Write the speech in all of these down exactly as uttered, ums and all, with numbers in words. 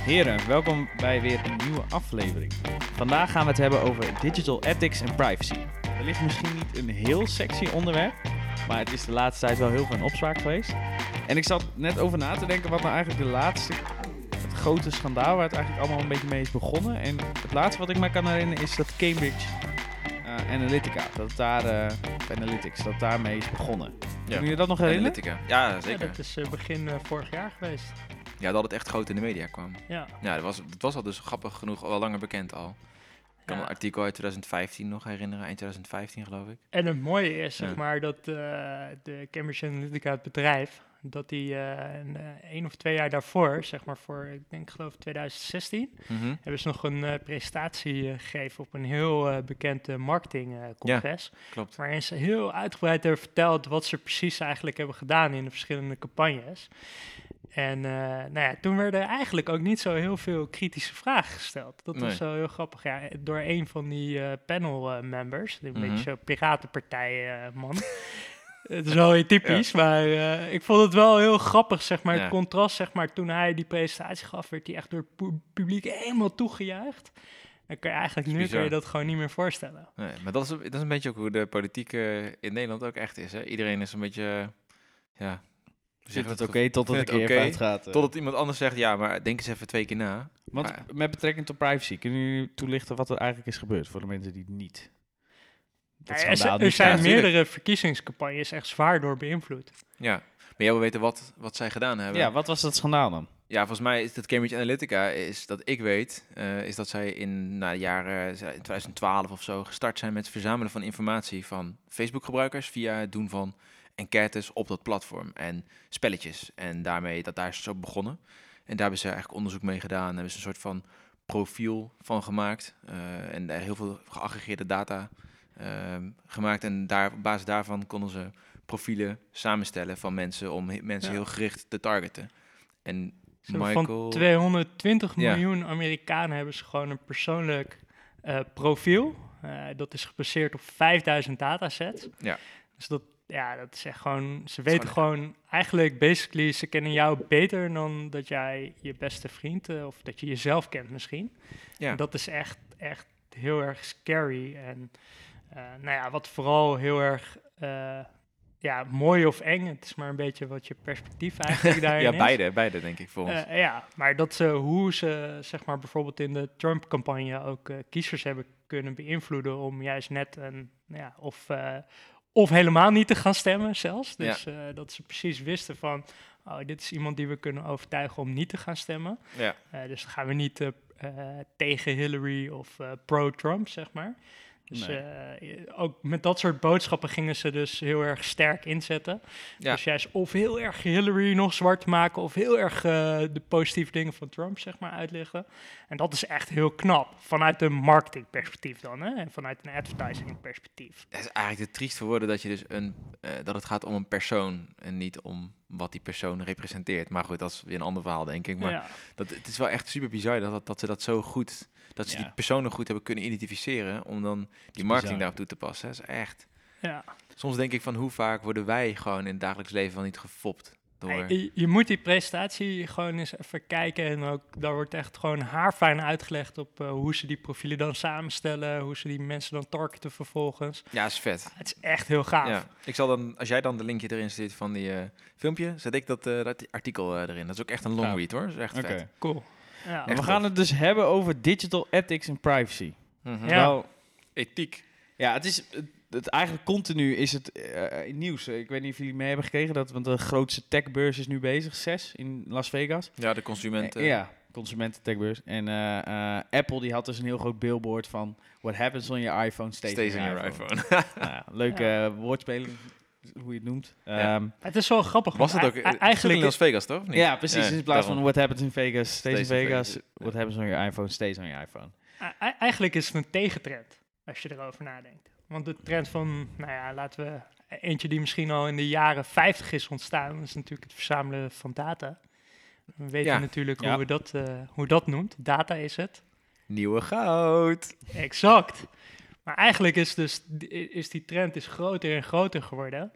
Heren, welkom bij weer een nieuwe aflevering. Vandaag gaan we het hebben over digital ethics en privacy. Wellicht misschien niet een heel sexy onderwerp, maar het is de laatste tijd wel heel veel in opspraak geweest. En ik zat net over na te denken wat nou eigenlijk de laatste, het grote schandaal waar het eigenlijk allemaal een beetje mee is begonnen. En het laatste wat ik me kan herinneren is dat Cambridge uh, Analytica, dat het daar, uh, Analytics, dat daarmee is begonnen. Ja. Kunnen jullie dat nog herinneren? Analytica, ja zeker. Ja, dat is uh, begin uh, vorig jaar geweest. Ja, dat het echt groot in de media kwam. Ja, ja dat, was, dat was al dus grappig genoeg al langer bekend al. Ik kan ja. een artikel uit twintig vijftien nog herinneren, eind twintig vijftien geloof ik. En het mooie is, zeg ja. maar, dat uh, de Cambridge Analytica, het bedrijf, dat die uh, een, uh, één of twee jaar daarvoor, zeg maar voor, ik denk geloof twintig zestien, mm-hmm. hebben ze nog een uh, presentatie uh, gegeven op een heel uh, bekend uh, marketingcongres. Ja, klopt. Waarin ze heel uitgebreid hebben verteld wat ze precies eigenlijk hebben gedaan in de verschillende campagnes. En uh, nou ja, toen werden er eigenlijk ook niet zo heel veel kritische vragen gesteld. Dat nee. was wel heel grappig. Ja, door een van die uh, panel uh, members, een mm-hmm. beetje zo'n piratenpartij uh, man. Het is wel heel typisch, ja. maar uh, ik vond het wel heel grappig, zeg maar. Ja. Het contrast, zeg maar, toen hij die presentatie gaf, werd hij echt door het pu- publiek helemaal toegejuicht. Dan kan je eigenlijk nu kun je dat gewoon niet meer voorstellen. Nee, maar dat is, dat is een beetje ook hoe de politiek uh, in Nederland ook echt is. Hè? Iedereen is een beetje, uh, ja... Zegt het oké okay, tot het een keer okay, gaat. Uh. Totdat iemand anders zegt, ja, maar denk eens even twee keer na. Want maar, met betrekking tot privacy, kunnen jullie toelichten wat er eigenlijk is gebeurd voor de mensen die het niet... Dat ja, er, er niet zijn ja, meerdere verkiezingscampagnes echt zwaar door beïnvloed. Ja, maar jij wil weten wat, wat zij gedaan hebben. Ja, wat was dat schandaal dan? Ja, volgens mij is dat Cambridge Analytica, is dat ik weet, uh, is dat zij in nou, jaren twintig twaalf of zo gestart zijn met het verzamelen van informatie van Facebook-gebruikers via het doen van enquêtes op dat platform en spelletjes. En daarmee, dat daar is het ook begonnen. En daar hebben ze eigenlijk onderzoek mee gedaan. Hebben ze een soort van profiel van gemaakt. Uh, en daar heel veel geaggregeerde data uh, gemaakt. En daar, op basis daarvan konden ze profielen samenstellen van mensen om he- mensen ja. heel gericht te targeten. En Zo Michael... Van tweehonderdtwintig ja. miljoen Amerikanen hebben ze gewoon een persoonlijk uh, profiel. Uh, dat is gebaseerd op vijfduizend datasets. Ja. Dus dat Ja, dat is echt gewoon... Ze weten gewoon, gewoon eigenlijk, basically, ze kennen jou beter dan dat jij je beste vriend, uh, of dat je jezelf kent misschien. Ja. En dat is echt, echt heel erg scary. En uh, nou ja, wat vooral heel erg, uh, ja, mooi of eng, het is maar een beetje wat je perspectief eigenlijk daarin ja, is. beide, beide denk ik voor ons. Uh, ja, maar dat ze, hoe ze, zeg maar, bijvoorbeeld in de Trump-campagne ook uh, kiezers hebben kunnen beïnvloeden om juist net een, ja, of... Uh, Of helemaal niet te gaan stemmen zelfs. Dus ja. uh, dat ze precies wisten van... Oh, dit is iemand die we kunnen overtuigen om niet te gaan stemmen. Ja. Uh, dus dan gaan we niet uh, uh, tegen Hillary of uh, pro-Trump, zeg maar. Dus nee. uh, ook met dat soort boodschappen gingen ze dus heel erg sterk inzetten. Ja. Dus juist of heel erg Hillary nog zwart maken... of heel erg uh, de positieve dingen van Trump, zeg maar, uitleggen. En dat is echt heel knap. Vanuit een marketingperspectief dan, hè? En vanuit een advertisingperspectief. Het is eigenlijk te triest voor woorden dat, je dus een, uh, dat het gaat om een persoon... en niet om wat die persoon representeert. Maar goed, dat is weer een ander verhaal, denk ik. Maar ja. dat, het is wel echt super bizar dat, dat ze dat zo goed... dat ze ja. die personen goed hebben kunnen identificeren... om dan die marketing daarop toe te passen. Dat is echt... Ja. Soms denk ik van hoe vaak worden wij gewoon in het dagelijks leven wel niet gefopt door... Hey, je, je moet die presentatie gewoon eens even kijken... en ook daar wordt echt gewoon haarfijn uitgelegd... op uh, hoe ze die profielen dan samenstellen... hoe ze die mensen dan targeten vervolgens. Ja, is vet. Het is echt heel gaaf. Ja. Ik zal dan, als jij dan de linkje erin zit van die uh, filmpje... zet ik dat, uh, dat artikel uh, erin. Dat is ook echt een long read, hoor. Dat is echt okay. vet. Cool. Ja. We gaan het dus hebben over digital ethics en privacy. Mm-hmm. Ja. Nou, ethiek. Ja, het is... Het, het eigenlijk continu is het uh, nieuws. Ik weet niet of jullie mee hebben gekregen, dat, want de grootste techbeurs is nu bezig, C E S in Las Vegas. Ja, de consumenten. Uh, ja, consumenten techbeurs. En uh, uh, Apple die had dus een heel groot billboard van what happens on your iPhone stays, stays on in your, your iPhone. iPhone. nou, leuke ja. uh, woordspeling, hoe je het noemt. Ja. Um, het is wel grappig. Was het ook a- a- eigenlijk in Las Vegas, toch? Niet? Ja, precies. Ja, in plaats daarom. van what happens in Vegas stays, Stays in Vegas. in Vegas. What happens on your iPhone stays on your iPhone. A- eigenlijk is het een tegentrend, als je erover nadenkt. Want de trend van, nou ja, laten we... Eentje die misschien al in de jaren vijftig is ontstaan... dat is natuurlijk het verzamelen van data. We weten ja. natuurlijk ja. hoe, we dat, uh, hoe dat noemt. Data is het. Nieuwe goud. Exact. Maar eigenlijk is, dus, is die trend is groter en groter geworden.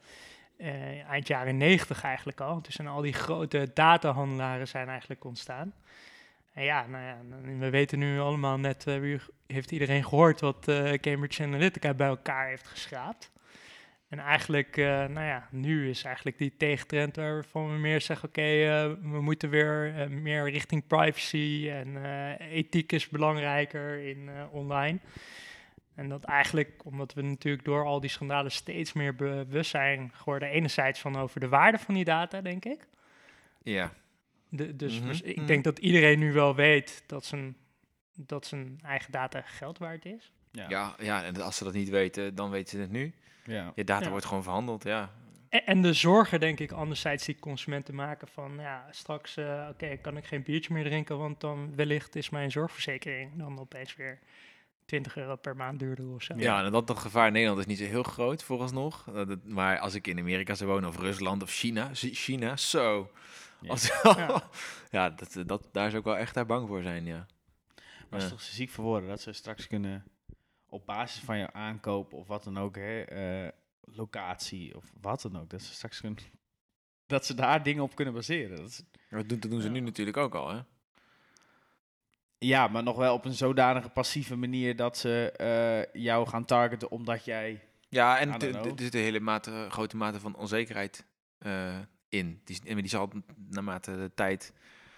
Uh, eind jaren negentig eigenlijk al. Dus zijn al die grote datahandelaren zijn eigenlijk ontstaan. En ja, nou ja, we weten nu allemaal net, uh, wie heeft iedereen gehoord wat uh, Cambridge Analytica bij elkaar heeft geschraapt. En eigenlijk, uh, nou ja, nu is eigenlijk die tegentrend waarvan we meer zeggen, oké, okay, uh, we moeten weer uh, meer richting privacy en uh, ethiek is belangrijker in uh, online. En dat eigenlijk, omdat we natuurlijk door al die schandalen steeds meer bewust zijn geworden, enerzijds van over de waarde van die data, denk ik. Ja. De, dus, Mm-hmm. dus ik Mm-hmm. denk dat iedereen nu wel weet dat zijn, dat zijn eigen data geld waard is. Ja. Ja, ja, en als ze dat niet weten, dan weten ze het nu. Ja. Je data Ja. wordt gewoon verhandeld, ja. En, en de zorgen, denk ik, anderzijds die consumenten maken van, ja, straks, uh, oké, okay, kan ik geen biertje meer drinken, want dan wellicht is mijn zorgverzekering dan opeens weer twintig euro per maand duurder of zo. Ja, en dat, dat gevaar in Nederland is niet zo heel groot vooralsnog. Uh, dat, maar als ik in Amerika zou wonen, of Rusland of China, China, zo. Ja. Als, Ja. ja, dat, dat, daar zou ik wel echt daar bang voor zijn, ja. Maar het is Ja. toch zo ziek voor woorden dat ze straks kunnen op basis van jouw aankoop of wat dan ook, hè, uh, locatie of wat dan ook, dat ze straks kunnen, dat ze daar dingen op kunnen baseren. Dat is, Dat doen, dat doen ze Ja. nu natuurlijk ook al, hè. ja, maar nog wel op een zodanige passieve manier dat ze uh, jou gaan targeten omdat jij... Ja, en I er don't know. zit een hele mate, grote mate van onzekerheid uh, in. Die, die zal naarmate de tijd,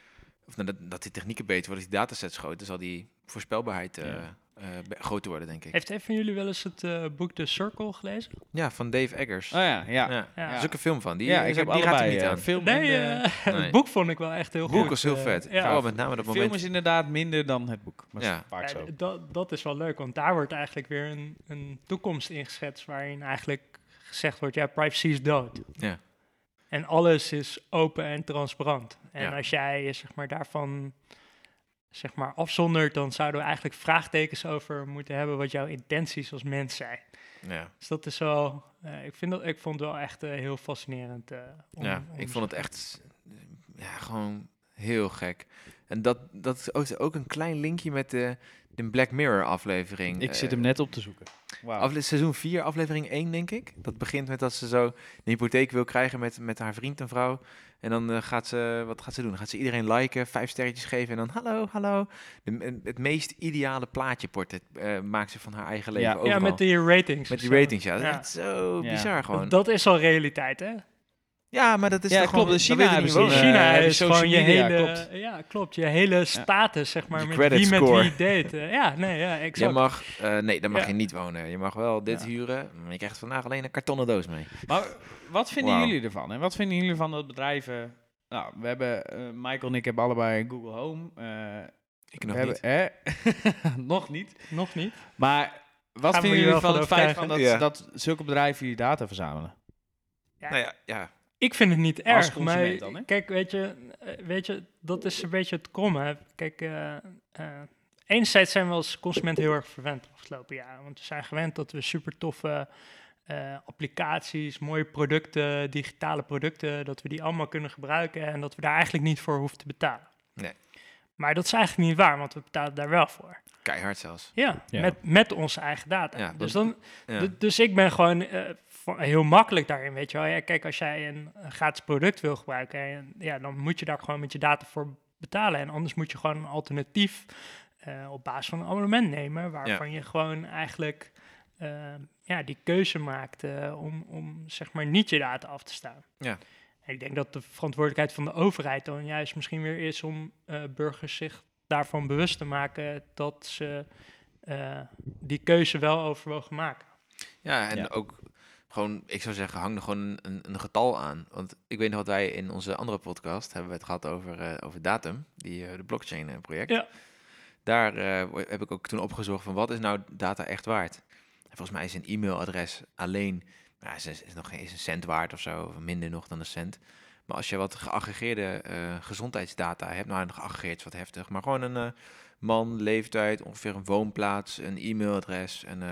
of nadat dat die technieken beter worden, die datasets groter, zal die voorspelbaarheid uh, Ja. uh, be- groter worden, denk ik. Heeft een van jullie wel eens het uh, boek The Circle gelezen? Ja, van Dave Eggers. Oh ja, ja. Ja. Ja. Er is ook een film van. Die, ja, is ik heb ook- die gaat er allebei niet uh, aan. film Nee, en, uh, uh, Nee. het boek vond ik wel echt heel Het boek goed. was heel Uh, vet. ja. Vooral met name dat de film moment. is inderdaad minder dan het boek. Maar Ja. ja. vaak zo. Ja, dat, dat is wel leuk, want daar wordt eigenlijk weer een, een toekomst ingeschetst waarin eigenlijk gezegd wordt, ja, privacy is dood. Ja. En alles is open en transparant. En Ja. als jij je zeg maar, daarvan zeg maar, afzondert, dan zouden we eigenlijk vraagtekens over moeten hebben wat jouw intenties als mens zijn. Ja. Dus dat is wel, uh, ik, vind dat, ik vond het wel echt uh, heel fascinerend. Uh, om, Ja, om ik vond het echt uh, ja, gewoon heel gek. En dat, dat is ook, ook een klein linkje met de, de Black Mirror aflevering. Ik zit Uh, hem net op te zoeken. Wauw. Afle- seizoen vier, aflevering één, denk ik. Dat begint met dat ze zo een hypotheek wil krijgen met, met haar vriend en vrouw. En dan uh, gaat ze, wat gaat ze doen? Dan gaat ze iedereen liken, vijf sterretjes geven en dan hallo, hallo. De, het meest ideale plaatje portret uh, maakt ze van haar eigen leven Ja. overal. Ja, met die ratings. Met die of zo. ratings, ja. Dat is Ja. echt zo Ja. bizar gewoon. Dat is al realiteit, hè? ja, maar dat is Ja, toch klopt. gewoon... In dan China weet je hebben niet ze In wonen. een, China eh, is social gewoon je media, hele, klopt. ja, klopt, je hele status, zeg maar, Je met credit wie met score. wie date. Ja, nee, ja, Je exact. mag, uh, nee, daar mag Ja. je niet wonen. Je mag wel dit Ja. huren, maar je krijgt vandaag alleen een kartonnen doos mee. Maar wat vinden Wauw. jullie ervan? En wat vinden jullie van dat bedrijven... Nou, we hebben... uh, Michael en ik hebben allebei een Google Home. Uh, Ik nog we niet. hebben, hè? nog niet. Nog niet. Maar wat Gaan we vinden je jullie wel van van het feit van overtuigen? dat, Ja. dat zulke bedrijven jullie data verzamelen? Ja, Nou ja, ja. Ik vind het niet Als erg, consument maar dan, hè? kijk, weet je, eh, weet je, dat is een beetje het kromme. Kijk, uh, uh, enerzijds zijn we als consument heel erg verwend de afgelopen jaren, want we zijn gewend dat we super toffe uh, applicaties, mooie producten, digitale producten, dat we die allemaal kunnen gebruiken en dat we daar eigenlijk niet voor hoeven te betalen. Nee. Maar dat is eigenlijk niet waar, want we betalen daar wel voor. Keihard zelfs. Ja, Ja. Met, met onze eigen data. Ja, dus, dat- dan, Ja. d- dus ik ben gewoon uh, van- heel makkelijk daarin, weet je wel. Ja, kijk, als jij een, een gratis product wil gebruiken, en, ja, dan moet je daar gewoon met je data voor betalen. En anders moet je gewoon een alternatief uh, op basis van een abonnement nemen, waarvan je gewoon eigenlijk uh, ja, die keuze maakt uh, om, om zeg maar niet je data af te staan. Ja. En ik denk dat de verantwoordelijkheid van de overheid dan juist misschien weer is om uh, burgers zich daarvan bewust te maken dat ze uh, die keuze wel overwogen maken. Ja, en Ja. ook gewoon, ik zou zeggen, hang er gewoon een, een getal aan. Want ik weet nog wat wij in onze andere podcast hebben we het gehad over, uh, over Datum, die, uh, de blockchain uh, project. Ja. Daar uh, heb ik ook toen opgezocht van wat is nou data echt waard. En volgens mij is een e-mailadres alleen, nou, is, is nog geen is een cent waard of zo, of minder nog dan een cent. Maar als je wat geaggregeerde uh, gezondheidsdata hebt, nou geaggregeerd is wat heftig, maar gewoon een uh, man, leeftijd, ongeveer een woonplaats, een e-mailadres en uh,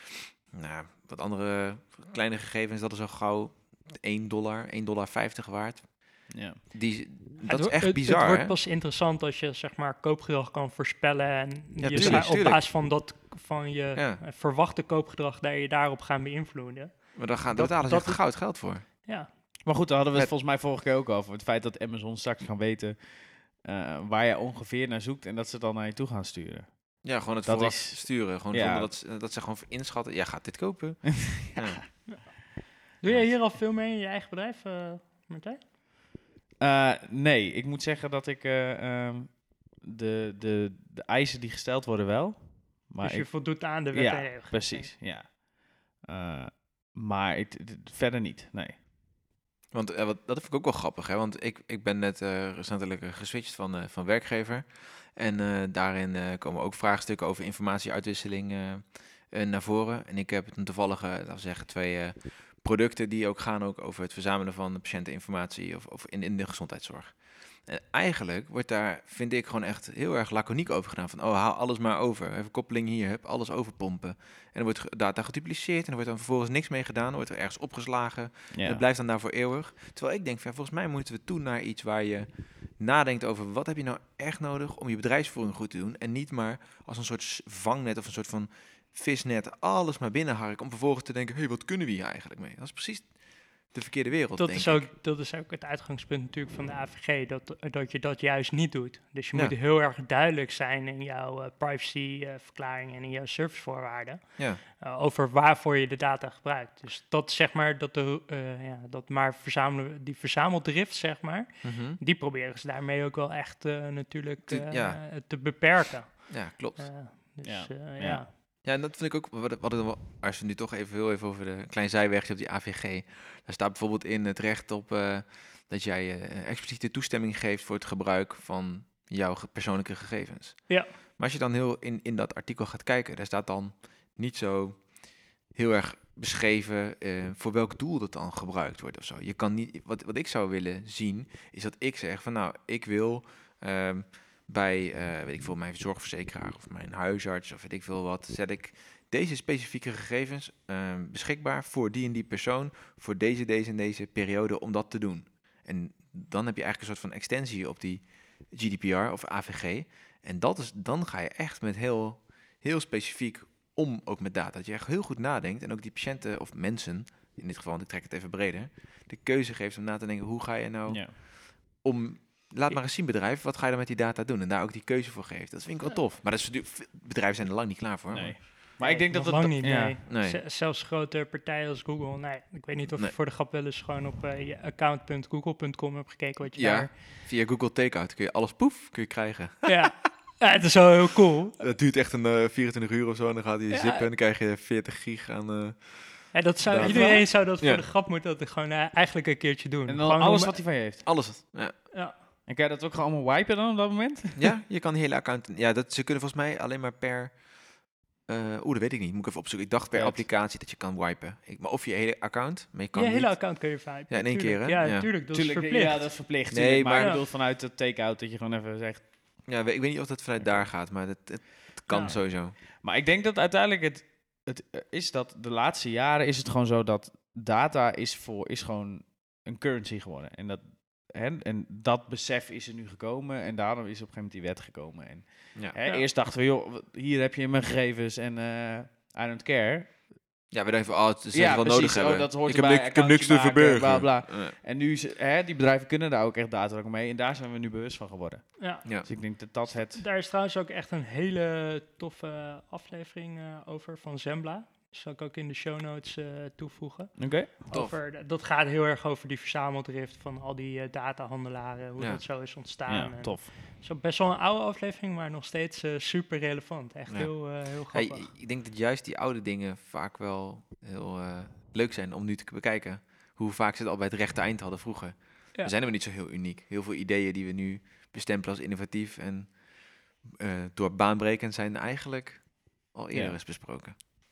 nou, wat andere kleine gegevens, dat is al gauw één dollar, één dollar vijftig waard. Ja. Die, dat het, is echt het, bizar, Het wordt hè? pas interessant als je zeg maar koopgedrag kan voorspellen en je tuurlijk, zou op tuurlijk. basis van dat van je Ja. uh, verwachte koopgedrag daar je daarop gaan beïnvloeden. Maar daar gaan dat- betalen ze dat echt is- goud geld voor. Ja. Maar goed, daar hadden we het Met- volgens mij vorige keer ook over. Het feit dat Amazon straks gaan weten uh, waar je ongeveer naar zoekt en dat ze dan naar je toe gaan sturen. Ja, gewoon het Dat vooraf is- sturen. Gewoon ja. zonder dat, ze- dat ze gewoon inschatten, ja, gaat dit kopen? ja. Doe jij hier al veel mee in je eigen bedrijf, uh, Martijn? Uh, nee, ik moet zeggen dat ik uh, um, de, de, de eisen die gesteld worden wel. Maar dus je ik, voldoet aan de wet ja, en regelgeving. precies, ja. Uh, maar het, het, verder niet, nee. Want uh, wat, dat vind ik ook wel grappig, hè? Want ik, ik ben net uh, recentelijk uh, geswitcht van, uh, van werkgever. En uh, daarin uh, komen ook vraagstukken over informatieuitwisseling uh, uh, naar voren. En ik heb een toevallige, laten we zeggen, twee uh, producten die ook gaan ook over het verzamelen van patiënteninformatie of, of in, in de gezondheidszorg. En eigenlijk wordt daar, vind ik, gewoon echt heel erg laconiek over gedaan. Van, oh, haal alles maar over. Even koppeling hier, heb alles overpompen. En dan wordt data gedupliceerd en er wordt dan vervolgens niks mee gedaan. Dan wordt er ergens opgeslagen. Ja. En het blijft dan daar voor eeuwig. Terwijl ik denk, van, volgens mij moeten we toe naar iets waar je nadenkt over wat heb je nou echt nodig om je bedrijfsvoering goed te doen. En niet maar als een soort vangnet of een soort van visnet alles maar binnenharken om vervolgens te denken, hé, hey, wat kunnen we hier eigenlijk mee? Dat is precies de verkeerde wereld, dat denk is ik. ook, dat is ook het uitgangspunt natuurlijk van de A V G, dat, dat je dat juist niet doet. Dus je Ja. moet heel erg duidelijk zijn in jouw uh, privacyverklaring uh, en in jouw servicevoorwaarden Ja. uh, over waarvoor je de data gebruikt. Dus dat zeg maar, dat, de, uh, ja, dat maar verzamelen, die verzameldrift zeg maar, Mm-hmm. die proberen ze daarmee ook wel echt uh, natuurlijk Te- uh, ja. te beperken. Ja, klopt. Uh, dus Ja. uh, ja. Ja. ja. Ja, en dat vind ik ook, wat, wat, wat, als we nu toch even heel even over de klein zijwegje op die A V G. Daar staat bijvoorbeeld in het recht op uh, dat jij uh, expliciete toestemming geeft voor het gebruik van jouw ge- persoonlijke gegevens. Ja. Maar als je dan heel in, in dat artikel gaat kijken, daar staat dan niet zo heel erg beschreven uh, voor welk doel dat dan gebruikt wordt of zo. Je kan niet, wat, wat ik zou willen zien, is dat ik zeg van nou, ik wil um, bij, uh, weet ik veel, mijn zorgverzekeraar of mijn huisarts of weet ik veel wat, zet ik deze specifieke gegevens uh, beschikbaar voor die en die persoon, voor deze, deze en deze periode om dat te doen. En dan heb je eigenlijk een soort van extensie op die G D P R of A V G. En dat is, dan ga je echt met heel, heel specifiek om, ook met data. Dat je echt heel goed nadenkt en ook die patiënten of mensen, in dit geval, want ik trek het even breder, de keuze geeft om na te denken, hoe ga je nou Ja. om, laat maar eens zien bedrijf, wat ga je dan met die data doen? En daar ook die keuze voor geeft. Dat vind ik wel tof. Maar dat is, bedrijven zijn er lang niet klaar voor. Nee. Maar, Maar ik denk dat nog het... lang niet, ja. nee. Nee. Z- zelfs grote partijen als Google, nee. Ik weet niet of Nee. je voor de grap wel eens gewoon op uh, je account punt google punt com hebt gekeken wat je Ja. daar... via Google Takeout kun je alles poef, kun je krijgen. Ja. Ja, het is wel heel cool. Dat duurt echt een uh, vierentwintig uur of zo en dan gaat hij Ja. zippen en dan krijg je veertig gig aan... Uh, Ja, dat zou, Data. iedereen zou dat voor Ja. de grap moeten dat gewoon uh, eigenlijk een keertje doen. En dan Gewoon alles om- wat hij van je heeft. alles. Ja. Ja. En kan je dat ook gewoon allemaal wipen dan op dat moment? Ja, je kan die hele account... Ja, dat, ze kunnen volgens mij alleen maar per... Uh, Oeh, dat weet ik niet. Moet ik even opzoeken. Ik dacht per Ja, het- applicatie dat je kan wipen. Ik, maar of je hele account, maar je kan Je niet... hele account kun je vipen. Ja, in één tuurlijk. keer, hè? Ja, Ja. natuurlijk. Dat is Tuurlijk, verplicht. ja, dat is verplicht. Nee, tuurlijk, maar, maar- ik Ja. bedoel vanuit het take-out dat je gewoon even zegt... Ja, we- ik weet niet of dat vanuit daar gaat, maar het, het, het kan Ja. sowieso. Maar ik denk dat uiteindelijk het, het eh, is dat de laatste jaren is het gewoon zo dat data is, voor, is gewoon een currency geworden. En dat, hè, en dat besef is er nu gekomen en daarom is op een gegeven moment die wet gekomen. En, Ja, hè, Ja. Eerst dachten we, joh, wat- hier heb je mijn gegevens en eh I don't care. ja we denken van, oh, het is Ja, wel precies. nodig Oh, hebben. dat hoort ik, heb erbij, niks, ik heb niks te accountje maken, verbergen. bla, bla. Ja. En nu, is- hè, die bedrijven kunnen daar ook echt data mee en daar zijn we nu bewust van geworden. Ja. Ja. Dus ik denk dat dat het... Daar is trouwens ook echt een hele toffe aflevering uh, over van Zembla. Dat zal ik ook in de show notes uh, toevoegen. Oké. Tof. Over, dat gaat heel erg over die verzameldrift van al die uh, datahandelaren, hoe Ja. dat zo is ontstaan. Ja, En tof. zo best wel een oude aflevering, maar nog steeds uh, super relevant. Echt Ja. heel, uh, heel Ja, grappig. ik- ik denk dat juist die oude dingen vaak wel heel uh, leuk zijn om nu te bekijken. Hoe vaak ze het al bij het rechte eind hadden vroeger. Ja. We zijn er niet zo heel uniek. Heel veel ideeën die we nu bestempelen als innovatief en uh, door baanbrekend zijn eigenlijk al eerder Ja. eens besproken.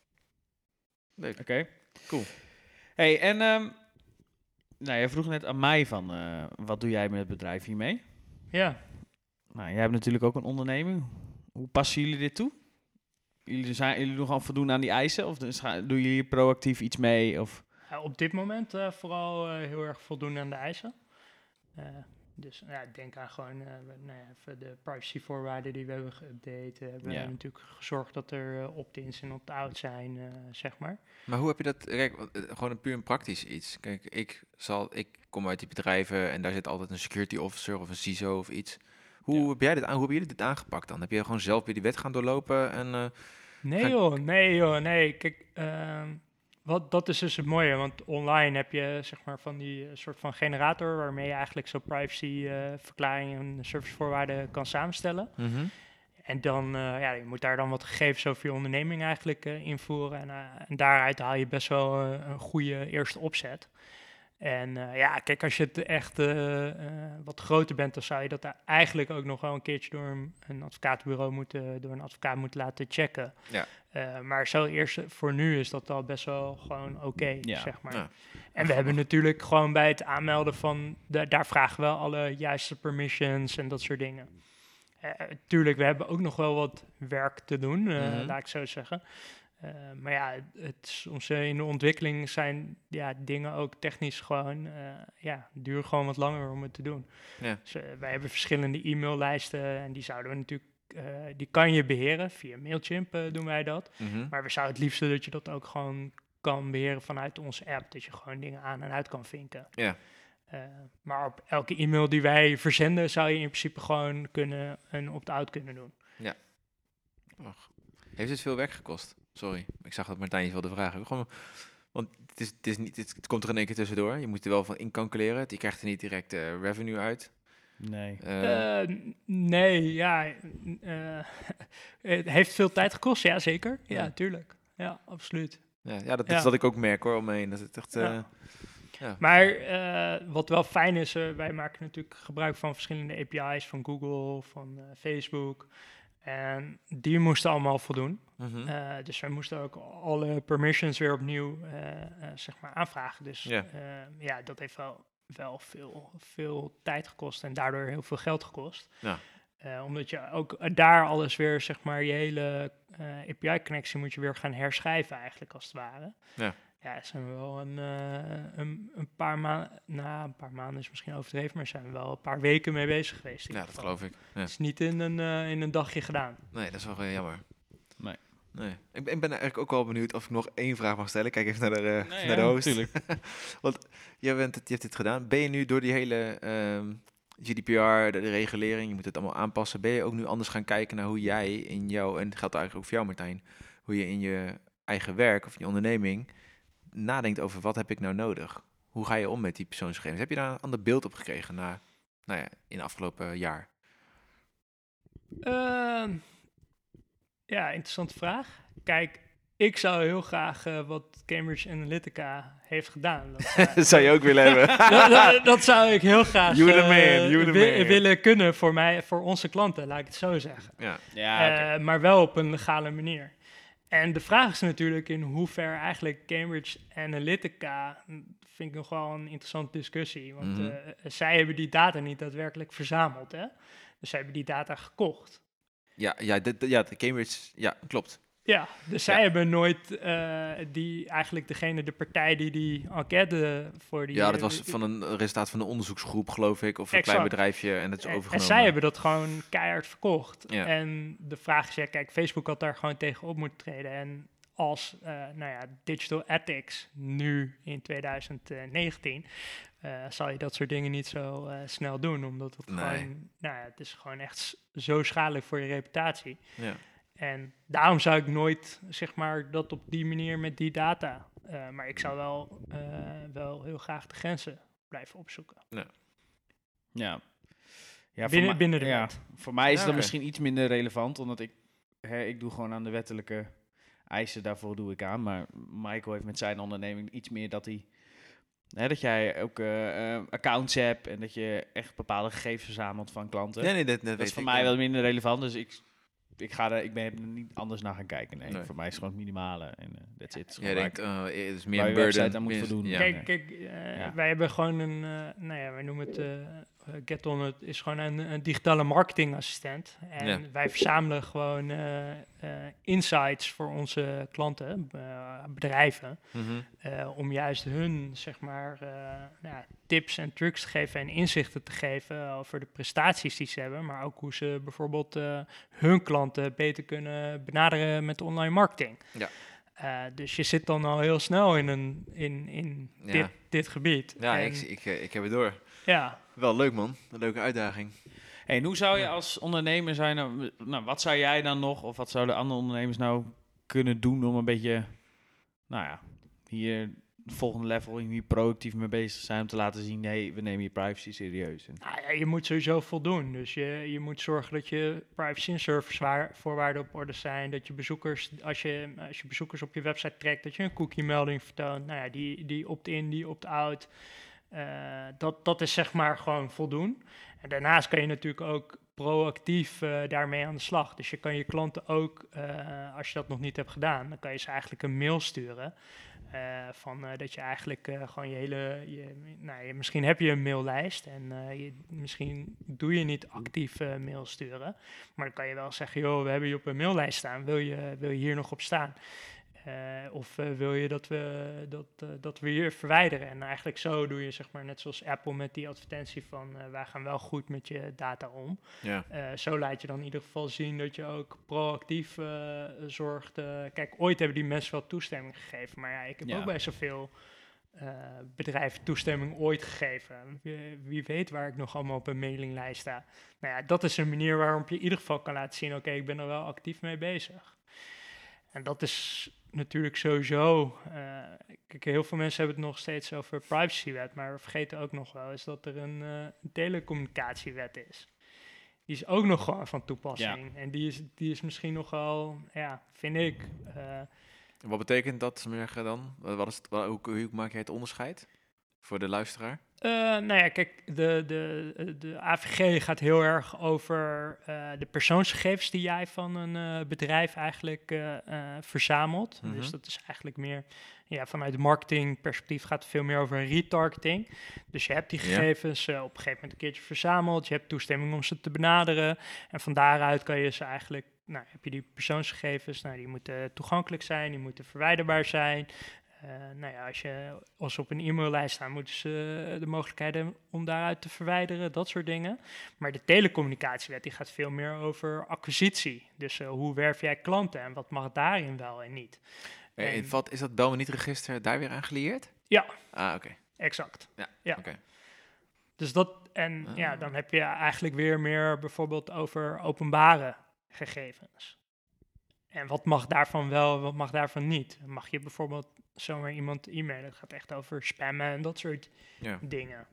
Leuk. Oké. Cool. Hey, en um, nou, je vroeg net aan mij van, uh, wat doe jij met het bedrijf hiermee? Ja, Nou, jij hebt natuurlijk ook een onderneming. Hoe passen jullie dit toe? Jullie, zijn, jullie doen gewoon voldoen aan die eisen? Of dus gaan, doen jullie proactief iets mee? Of? uh, op dit moment uh, vooral uh, heel erg voldoen aan de eisen. Uh, dus ja, denk aan gewoon uh, nou ja, even de privacyvoorwaarden die we hebben geüpdate. We hebben Ja. uh, natuurlijk gezorgd dat er uh, opt-ins en opt-outs zijn, uh, zeg maar. Maar hoe heb je dat, kijk, want, uh, gewoon een puur een praktisch iets. Kijk, ik, zal, ik kom uit die bedrijven en daar zit altijd een security officer of een C I S O of iets. Hoe, Ja. heb jij dit aan, hoe hebben jullie dit aangepakt dan? Heb je gewoon zelf weer die wet gaan doorlopen? En, uh, Nee Ga- joh, nee joh, nee. Kijk, ehm, wat, dat is dus het mooie, want online heb je zeg maar van die eh, soort van generator waarmee je eigenlijk zo'n privacyverklaring en servicevoorwaarden kan samenstellen. mm-hmm. En dan, uh, ja, je moet daar dan wat gegevens over je onderneming eigenlijk uh, invoeren. En, uh, en daaruit haal je best wel uh, een goede eerste opzet. En uh, ja, kijk, als je het echt uh, uh, wat groter bent, dan zou je dat daar eigenlijk ook nog wel een keertje door een, een advocatenbureau moeten, door een advocaat moeten laten checken. Ja. Uh, maar zo eerst, voor nu is dat al best wel gewoon oké, okay, Ja. zeg maar. Ja. En we hebben natuurlijk gewoon bij het aanmelden van, de, daar vragen we wel alle juiste permissions en dat soort dingen. Uh, tuurlijk, we hebben ook nog wel wat werk te doen, uh, mm-hmm. laat ik zo zeggen. Uh, maar ja, het, het, soms uh, in de ontwikkeling zijn ja, dingen ook technisch gewoon, uh, ja, duren gewoon wat langer om het te doen. Ja. Dus uh, wij hebben verschillende e-maillijsten en die zouden we natuurlijk, uh, die kan je beheren. Via Mailchimp uh, doen wij dat. Mm-hmm. Maar we zouden het liefst dat je dat ook gewoon kan beheren vanuit onze app. Dat je gewoon dingen aan en uit kan vinken. Ja. Uh, maar op elke e-mail die wij verzenden zou je in principe gewoon kunnen een opt-out kunnen doen. Ja. Och. Heeft het veel werk gekost? Sorry, ik zag dat Martijn je wilde vragen. Gewoon, want het, is, het, is niet, het, het komt er in één keer tussendoor. Je moet er wel van incalculeren. Je krijgt er niet direct uh, revenue uit. Nee. Uh, uh, nee, ja. Uh, het heeft veel tijd gekost, ja, zeker. Ja, ja. tuurlijk. Ja, absoluut. Ja, ja dat, dat ja. is wat ik ook merk hoor, omheen. Dat het echt... Uh, ja. Ja. Maar uh, wat wel fijn is, uh, wij maken natuurlijk gebruik van verschillende A P I's van Google, van uh, Facebook. En die moesten allemaal voldoen. Mm-hmm. Uh, dus wij moesten ook alle permissions weer opnieuw uh, uh, zeg maar aanvragen. Dus ja, uh, ja dat heeft wel, wel veel, veel tijd gekost en daardoor heel veel geld gekost. Ja. Uh, omdat je ook uh, daar alles weer, zeg maar, je hele uh, A P I-connectie moet je weer gaan herschrijven eigenlijk, als het ware. Ja. Ja, zijn we wel een, uh, een, een paar maanden, nou, een paar maanden is misschien overdreven, maar zijn we wel een paar weken mee bezig geweest. Ja, dat geval. geloof ik. Ja. Het is niet in een, uh, in een dagje gedaan. Nee, dat is wel uh, jammer. Nee. nee. Ik, ben, ik ben eigenlijk ook wel benieuwd of ik nog één vraag mag stellen. Kijk even naar de, uh, nee, naar de ja, host. Natuurlijk. Want je, bent het, je hebt dit gedaan. Ben je nu door die hele um, G D P R, de, de regulering, je moet het allemaal aanpassen, ben je ook nu anders gaan kijken naar hoe jij in jouw, en dat geldt eigenlijk ook voor jou Martijn, hoe je in je eigen werk of in je onderneming nadenkt over wat heb ik nou nodig? Hoe ga je om met die persoonsgegevens? Heb je daar een ander beeld op gekregen na, nou ja, in het afgelopen jaar? Uh, ja, interessante vraag. Kijk, ik zou heel graag uh, wat Cambridge Analytica heeft gedaan. Dat zou, dat zou je ook willen hebben. dat, dat, dat zou ik heel graag you the uh, man, you the wi- man. willen kunnen voor mij, voor onze klanten, laat ik het zo zeggen. Ja. Ja, okay. uh, maar wel op een legale manier. En de vraag is natuurlijk in hoeverre eigenlijk Cambridge Analytica, vind ik nog wel een interessante discussie, want mm-hmm. uh, zij hebben die data niet daadwerkelijk verzameld, hè? Dus zij hebben die data gekocht. Ja, ja, de, de, ja de Cambridge, ja, klopt. Ja, dus zij ja. hebben nooit uh, die, eigenlijk degene, de partij die die enquête voor die... Ja, dat was van een resultaat van een onderzoeksgroep, geloof ik, of een exact. klein bedrijfje en dat is en, overgenomen. En zij hebben dat gewoon keihard verkocht. Ja. En de vraag is, ja, kijk, Facebook had daar gewoon tegen op moeten treden. En als, uh, nou ja, Digital Ethics nu in twintig negentien, uh, zal je dat soort dingen niet zo uh, snel doen, omdat het nee. gewoon, nou ja, het is gewoon echt zo schadelijk voor je reputatie. Ja. En daarom zou ik nooit, zeg maar, dat op die manier met die data. Uh, maar ik zou wel, uh, wel heel graag de grenzen blijven opzoeken. Ja. Ja. Ja, binnen, voor binnen de ja, wet. Voor mij is ja, het dan okay. misschien iets minder relevant, omdat ik, hè, ik doe gewoon aan de wettelijke eisen, daarvoor doe ik aan. Maar Michael heeft met zijn onderneming iets meer dat hij, hè, dat jij ook uh, uh, accounts hebt en dat je echt bepaalde gegevens verzamelt van klanten. Nee, nee, dat, dat, dat weet is voor ik mij wel. wel minder relevant, dus ik... Ik, ga er, ik ben er niet anders naar gaan kijken. Nee, nee. voor mij is het gewoon het minimale. En uh, that's it. Jij denkt, uh, het is meer waar een je burden. website aan moet voldoen. Ja. Kijk, kijk uh, ja. wij hebben gewoon een, uh, nou ja, wij noemen het, uh, Geton, het is gewoon een, een digitale marketingassistent. En ja. wij verzamelen gewoon uh, uh, insights voor onze klanten, uh, bedrijven, mm-hmm. uh, om juist hun, zeg maar, uh, nou, tips en trucs te geven en inzichten te geven over de prestaties die ze hebben, maar ook hoe ze bijvoorbeeld uh, hun klanten beter kunnen benaderen met online marketing. Ja. Uh, dus je zit dan al heel snel in, een, in, in ja. dit, dit gebied. Ja, en, ik, ik, ik heb het door. Ja. Wel leuk man, een leuke uitdaging. Hey, en hoe zou je als ondernemer zijn, nou, nou, wat zou jij dan nog, of wat zouden andere ondernemers nou kunnen doen om een beetje, nou ja, hier het volgende level, hier proactief mee bezig zijn om te laten zien, nee, we nemen je privacy serieus. En, Nou ja, je moet sowieso voldoen. Dus je, je moet zorgen dat je privacy en service voorwaarden op orde zijn. Dat je bezoekers, als je, als je bezoekers op je website trekt, dat je een cookie melding vertoont. Nou ja, die, die opt-in, die opt-out. Uh, dat, dat is zeg maar gewoon voldoen. En daarnaast kan je natuurlijk ook proactief uh, daarmee aan de slag. Dus je kan je klanten ook, uh, als je dat nog niet hebt gedaan, dan kan je ze eigenlijk een mail sturen. Uh, van uh, dat je eigenlijk uh, gewoon je hele, je, nou, je, misschien heb je een maillijst en uh, je, misschien doe je niet actief uh, mail sturen, maar dan kan je wel zeggen, joh, we hebben je op een maillijst staan, wil je, wil je hier nog op staan? Uh, of uh, wil je dat we, dat, uh, dat we hier verwijderen? En eigenlijk zo doe je, zeg maar, net zoals Apple met die advertentie van uh, wij gaan wel goed met je data om. Ja. Uh, zo laat je dan in ieder geval zien dat je ook proactief uh, zorgt. Uh, kijk, ooit hebben die mensen wel toestemming gegeven, maar ja, ik heb Ja. ook bij zoveel uh, bedrijven toestemming ooit gegeven. Wie, wie weet waar ik nog allemaal op een mailinglijst sta. Nou ja, dat is een manier waarop je in ieder geval kan laten zien, oké, okay, ik ben er wel actief mee bezig. En dat is natuurlijk sowieso, uh, kijk, heel veel mensen hebben het nog steeds over privacywet, maar we vergeten ook nog wel eens dat er een, uh, een telecommunicatiewet is. Die is ook nog gewoon van toepassing. Ja. En die is, die is misschien nogal, ja, vind ik. Uh, Wat betekent dat dan? Wat is het, hoe, hoe maak jij het onderscheid voor de luisteraar? Uh, nou ja, kijk, de, de, de A V G gaat heel erg over uh, de persoonsgegevens die jij van een uh, bedrijf eigenlijk uh, uh, verzamelt. Mm-hmm. Dus dat is eigenlijk meer, ja, vanuit het marketingperspectief gaat het veel meer over retargeting. Dus je hebt die gegevens ja. uh, op een gegeven moment een keertje verzameld. Je hebt toestemming om ze te benaderen. En van daaruit kan je ze eigenlijk, nou, heb je die persoonsgegevens, nou, die moeten toegankelijk zijn, die moeten verwijderbaar zijn. Uh, nou ja, als je als op een e-maillijst staan, moeten ze de mogelijkheid hebben om daaruit te verwijderen, dat soort dingen. Maar de telecommunicatiewet die gaat veel meer over acquisitie. Dus uh, hoe werf jij klanten en wat mag daarin wel en niet. En, en wat is dat Bel Me Niet register daar weer aan gelieerd? Ja. Ah, oké. Okay. Exact. Ja, ja. oké. Okay. Dus dat, en ah. ja, dan heb je eigenlijk weer meer bijvoorbeeld over openbare gegevens. En wat mag daarvan wel, wat mag daarvan niet? Mag je bijvoorbeeld zomaar iemand e-mailen? Het gaat echt over spammen en dat soort ja. dingen.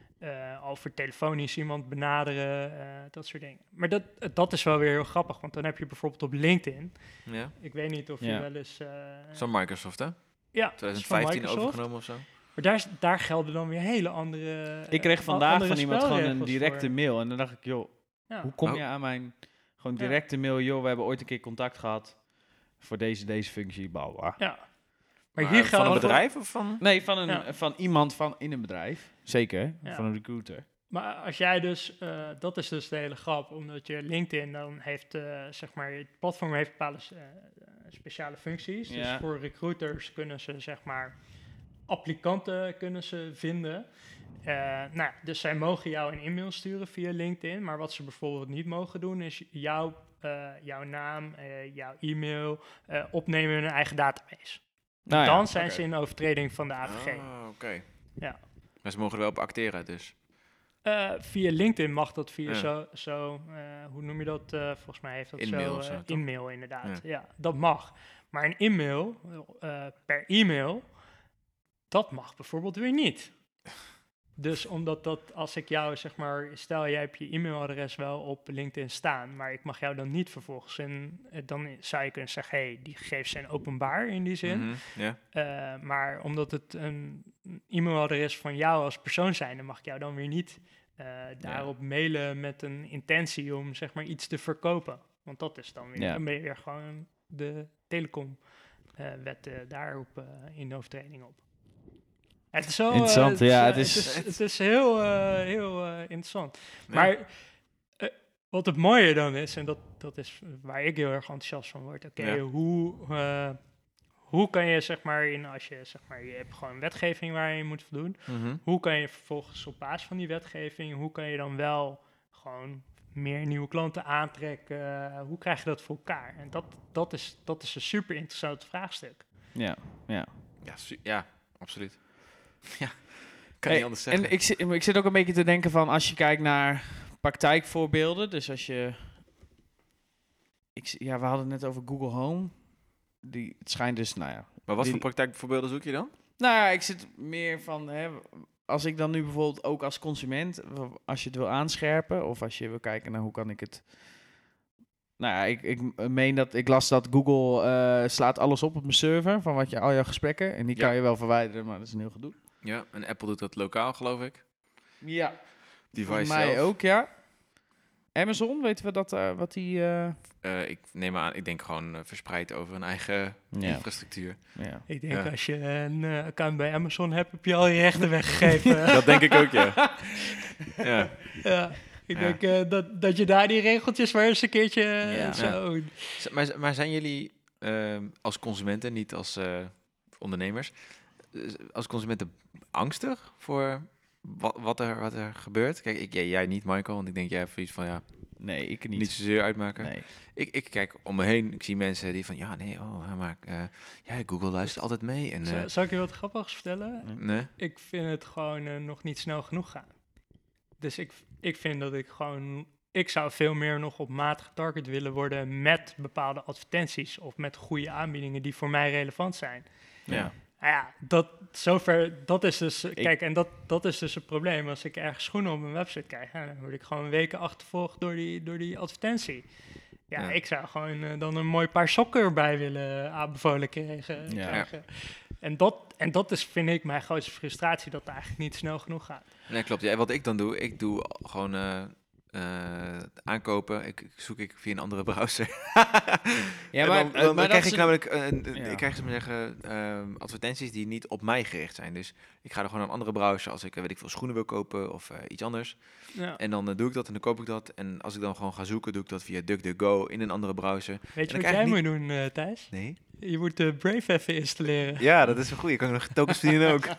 Uh, over telefonisch iemand benaderen, uh, dat soort dingen. Maar dat, dat is wel weer heel grappig, want dan heb je bijvoorbeeld op LinkedIn. Ja. Ik weet niet of je ja. wel eens... Uh, Zo'n Microsoft, hè? Ja, twintig vijftien overgenomen of zo. Maar daar, daar gelden dan weer hele andere... Ik kreeg vandaag van iemand gewoon een directe voor. mail. En dan dacht ik, joh, ja. hoe kom je oh. aan mijn... Gewoon directe ja. mail, joh, we hebben ooit een keer contact gehad voor deze, deze functie, bla bla. Ja. Maar, maar hier van een bedrijf of van? Nee, van, een, ja. van iemand van in een bedrijf. Zeker, ja. van een recruiter. Maar als jij dus, uh, dat is dus de hele grap, omdat je LinkedIn dan heeft, uh, zeg maar, het platform heeft bepaalde uh, speciale functies. Ja. Dus voor recruiters kunnen ze, zeg maar, applikanten kunnen ze vinden. Uh, nou, dus zij mogen jou een e-mail sturen via LinkedIn, maar wat ze bijvoorbeeld niet mogen doen is jou, uh, jouw naam, uh, jouw e-mail uh, opnemen in hun eigen database. Nou dan ja, zijn okay. ze in overtreding van de A V G. Ah, oké. Okay. Ja. Maar ze mogen er wel op acteren, dus. Uh, via LinkedIn mag dat via ja. zo, zo uh, hoe noem je dat? Uh, volgens mij heeft dat in-mail zo, uh, zo in-mail inderdaad. Ja. ja, dat mag. Maar een e-mail, uh, per e-mail, dat mag bijvoorbeeld weer niet. Dus omdat dat, als ik jou zeg maar, stel jij hebt je e-mailadres wel op LinkedIn staan, maar ik mag jou dan niet vervolgens in, dan zou je kunnen zeggen, hé, hey, die gegevens zijn openbaar in die zin. Mm-hmm, yeah. uh, maar omdat het een e-mailadres van jou als persoon zijn, dan mag ik jou dan weer niet uh, daarop yeah. mailen met een intentie om zeg maar iets te verkopen. Want dat is dan weer, yeah. dan ben je weer gewoon de telecomwet uh, uh, daarop uh, in de overtreding op. Het is zo, interessant, uh, het, ja. Het is, is, het is heel, uh, heel uh, interessant. Ja. Maar uh, wat het mooie dan is, en dat, dat is waar ik heel erg enthousiast van word. Oké, okay, ja. hoe, uh, hoe kan je, zeg maar, in, als je, zeg maar, je hebt gewoon wetgeving waar je moet voldoen. Mm-hmm. Hoe kan je vervolgens op basis van die wetgeving, hoe kan je dan wel gewoon meer nieuwe klanten aantrekken? Uh, hoe krijg je dat voor elkaar? En dat, dat, is, dat is een super interessant vraagstuk. Ja, ja. Ja, su- ja absoluut. Ja, kan hey, niet anders zeggen. En ik zit, ik zit ook een beetje te denken van, als je kijkt naar praktijkvoorbeelden. Dus als je... Ik, z- ja, we hadden het net over Google Home. Die, het schijnt dus, nou ja... Maar wat die- voor praktijkvoorbeelden zoek je dan? Nou ja, ik zit meer van... Hè, als ik dan nu bijvoorbeeld ook als consument... Als je het wil aanscherpen... Of als je wil kijken naar hoe kan ik het... Nou ja, ik, ik meen dat... Ik las dat Google eh, slaat alles op op mijn server... Van wat je, al jouw gesprekken. En die Ja. kan je wel verwijderen, maar dat is een heel gedoe. Ja, en Apple doet dat lokaal, geloof ik. Ja. Device Volgens mij zelf. ook, ja. Amazon, weten we dat, uh, wat die... Uh... Uh, ik neem aan, ik denk gewoon uh, verspreid over een eigen Ja. infrastructuur. Ja. Ik denk Ja. als je een uh, account bij Amazon hebt, heb je al je rechten weggegeven. Dat denk ik ook, ja. ja. Ja, ik Ja. denk uh, dat, dat je daar die regeltjes maar eens een keertje uh, Ja. zo... Z- Maar, maar zijn jullie uh, als consumenten, niet als uh, ondernemers, uh, als consumenten angstig voor wat, wat, er, wat er gebeurt? Kijk, ik, jij, jij niet, Michael, want ik denk jij hebt zoiets van, ja, Nee, ik niet. niet zozeer uitmaken. Nee. Ik, ik kijk om me heen, ik zie mensen die van, ja, nee, oh, maar uh, ja, Google luistert altijd mee. En, uh, Zal, zal ik je wat grappigs vertellen? nee? Ik vind het gewoon uh, nog niet snel genoeg gaan. Dus ik, ik vind dat ik gewoon... Ik zou veel meer nog op maat getarget willen worden met bepaalde advertenties of met goede aanbiedingen die voor mij relevant zijn. Ja. Nou ja, dat, zover, dat is dus... Ik- Kijk, en dat, dat is dus het probleem. Als ik ergens schoenen op mijn website krijg, ja, dan word ik gewoon weken achtervolgd door die, door die advertentie. Ja, Ja. ik zou gewoon uh, dan een mooi paar sokken erbij willen aanbevolen krijgen. Ja. krijgen. En, dat, en dat is, vind ik, mijn grootste frustratie, dat het eigenlijk niet snel genoeg gaat. Nee, klopt. Ja, wat ik dan doe, ik doe gewoon uh, uh, aankopen. Ik, ik zoek ik via een andere browser. Ja, En maar, dan, eh, dan, maar krijg dat ik is een- namelijk uh, Ja. ik krijg ze maar zeggen uh, advertenties die niet op mij gericht zijn. Dus ik ga er gewoon naar een andere browser als ik uh, weet ik veel schoenen wil kopen of uh, iets anders. Ja. En dan uh, doe ik dat en dan koop ik dat. En als ik dan gewoon ga zoeken, doe ik dat via DuckDuckGo in een andere browser. Weet je dan wat krijg jij ik moet doen, uh, Thijs? Nee. Je moet uh, Brave even installeren. Ja, dat is een goeie. Kan ik nog tokens verdienen ook.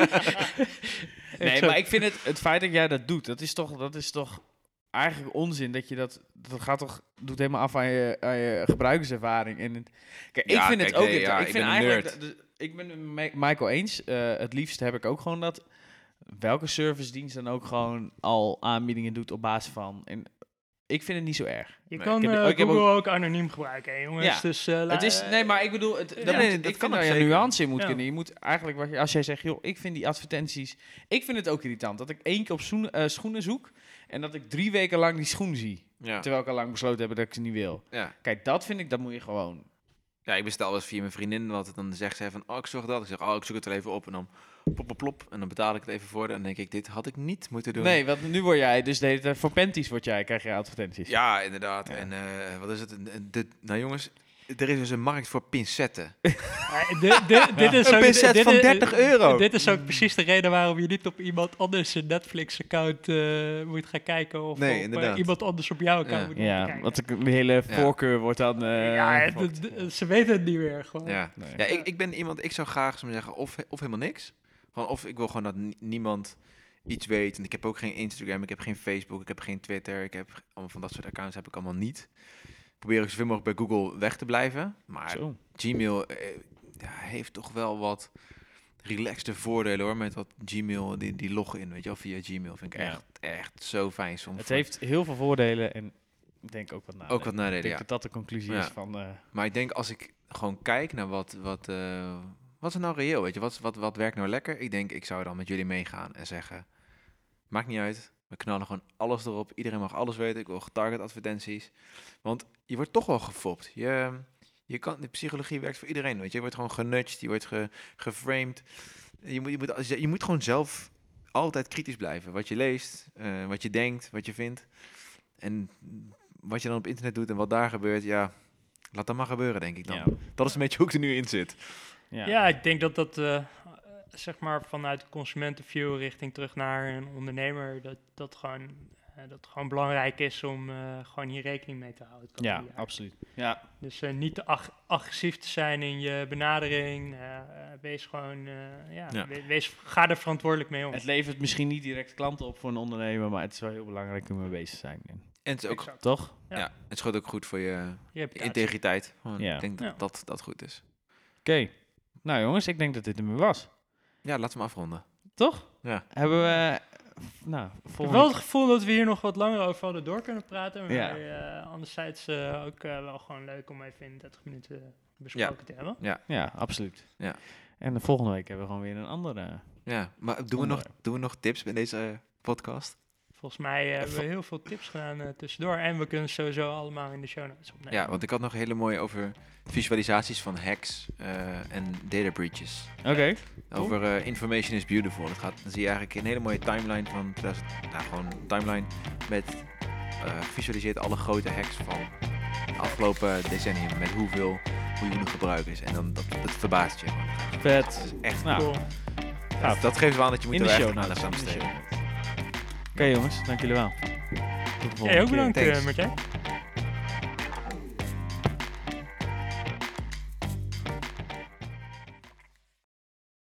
Nee, zou- maar ik vind het, het feit dat jij dat doet, dat is toch, dat is toch eigenlijk onzin dat je dat, dat gaat toch, doet helemaal af aan je, aan je gebruikerservaring. En het- kijk, Ja, ik vind kijk, het ook, nee, het- ja, ik ik vind ben een eigenlijk, nerd. dat- dus ik ben het met Ma- Michael eens, uh, het liefst heb ik ook gewoon dat welke servicedienst dan ook gewoon al aanbiedingen doet op basis van. En ik vind het niet zo erg. Je Nee, kan ik heb- uh, ik heb Google ook, anoniem gebruiken, hè, jongens. Ja. Dus, uh, la- Het is, nee, maar ik bedoel, het, Ja, dat nee, moet, dat ik kan vind ook dat je een zeker. nuance in moet Ja. kunnen. Je moet eigenlijk, wat je, als jij zegt, joh, ik vind die advertenties... Ik vind het ook irritant dat ik één keer op schoenen, eh, schoenen zoek en dat ik drie weken lang die schoen zie. Ja. Terwijl ik al lang besloten heb dat ik ze niet wil. Ja. Kijk, dat vind ik, dat moet je gewoon... Ja, ik bestel wel eens via mijn vriendin wat. Dan zegt zij van, oh, ik zorg dat. Ik zeg, oh, ik zoek het er even op. En dan plop, plop, plop. En dan betaal ik het even voor. En dan denk ik, dit had ik niet moeten doen. Nee, want nu word jij, dus de hele tijd voor panties word jij, krijg je advertenties. Ja, inderdaad. Ja. En eh, wat is het? Een- een- De, nou jongens, er is dus een markt voor pincetten. Uh, dit, dit, dit is Een ook, pincet dit van is- dertig euro. Dit is ook precies de reden waarom je niet op iemand anders een Netflix-account uh, moet gaan kijken. Of Nee, op uh, inderdaad. iemand anders op jouw account Ja. moet gaan Ja, kijken. want de de hele voorkeur wordt dan... eh, ja, het- gefokt. het- het- ze weten het niet meer gewoon. Ja, Nee. ja ik, ik ben iemand, ik zou graag zou ik maar zeggen, of, of helemaal niks. Gewoon, of ik wil gewoon dat ni- niemand iets weet. En ik heb ook geen Instagram, ik heb geen Facebook, ik heb geen Twitter. Ik heb allemaal van dat soort accounts heb ik allemaal niet. Probeer ik zoveel mogelijk bij Google weg te blijven. Maar Zo. Gmail eh, ja, heeft toch wel wat relaxte voordelen hoor. Met wat Gmail, die, die login, weet je wel, via Gmail. Vind ik Ja. echt, echt zo fijn soms. Het heeft heel veel voordelen en ik denk ook wat nadelen. ook wat nadelen, Ik denk ja. dat dat de conclusie Ja. is van... eh, Maar ik denk als ik gewoon kijk naar wat, wat, eh, wat is nou reëel, weet je, wat, wat, wat werkt nou lekker? Ik denk, ik zou dan met jullie meegaan en zeggen, maakt niet uit, we knallen gewoon alles erop. Iedereen mag alles weten, ik wil getarget advertenties. Want je wordt toch wel gefopt. Je, je kan, de psychologie werkt voor iedereen, weet je. Je wordt gewoon genudged, je wordt ge, geframed. Je moet, je, moet, je moet gewoon zelf altijd kritisch blijven. Wat je leest, uh, wat je denkt, wat je vindt. En wat je dan op internet doet en wat daar gebeurt, ja... Laat dat maar gebeuren, denk ik dan. ja. Dat is een beetje hoe ik er nu in zit. Ja. Ja, ik denk dat dat, uh, zeg maar, vanuit de consumentenview richting terug naar een ondernemer, dat dat gewoon, uh, dat gewoon belangrijk is om uh, gewoon hier rekening mee te houden. Ja, komende jaar. absoluut. Ja. Dus uh, niet te ag- agressief te zijn in je benadering. Uh, uh, wees gewoon, uh, ja, Ja. we- wees, ga er verantwoordelijk mee om. Het levert misschien niet direct klanten op voor een ondernemer, maar het is wel heel belangrijk om mee bezig te zijn. En- En het is ook, Exact. Toch? ja. Ja. het is gewoon ook goed voor je Je hebt integriteit. Gewoon, Ja. Ik denk dat, Ja. dat dat goed is. Oké. Nou jongens, ik denk dat dit hem weer was. Ja, laten we hem afronden. Toch? Ja. Hebben we nou, Ik heb volgende wel het gevoel dat we hier nog wat langer over hadden door kunnen praten. Maar Ja. uh, anderzijds uh, ook uh, wel gewoon leuk om even in dertig minuten besproken ja. te hebben. Ja, ja absoluut. Ja. En de volgende week hebben we gewoon weer een andere. Ja, maar doen we, nog, doen we nog tips bij deze uh, podcast? Volgens mij uh, hebben we heel veel tips gedaan uh, tussendoor. En we kunnen sowieso allemaal in de show notes opnemen. Ja, want ik had nog hele mooie over visualisaties van hacks uh, en data breaches. Oké. Okay. Over uh, information is beautiful. Dat gaat, dan zie je eigenlijk een hele mooie timeline van twintig, nou gewoon een timeline met uh, visualiseert alle grote hacks van de afgelopen decennium met hoeveel miljoenen gebruikers. En dan dat, dat verbaast je. Vet. Dat is echt nou, cool. Ja, dat geeft wel aan dat je moet in de er show echt aandacht aan besteden. Oké okay, jongens, dank jullie wel. Tot de volgende keer. Hey, ook bedankt uh, Martijn.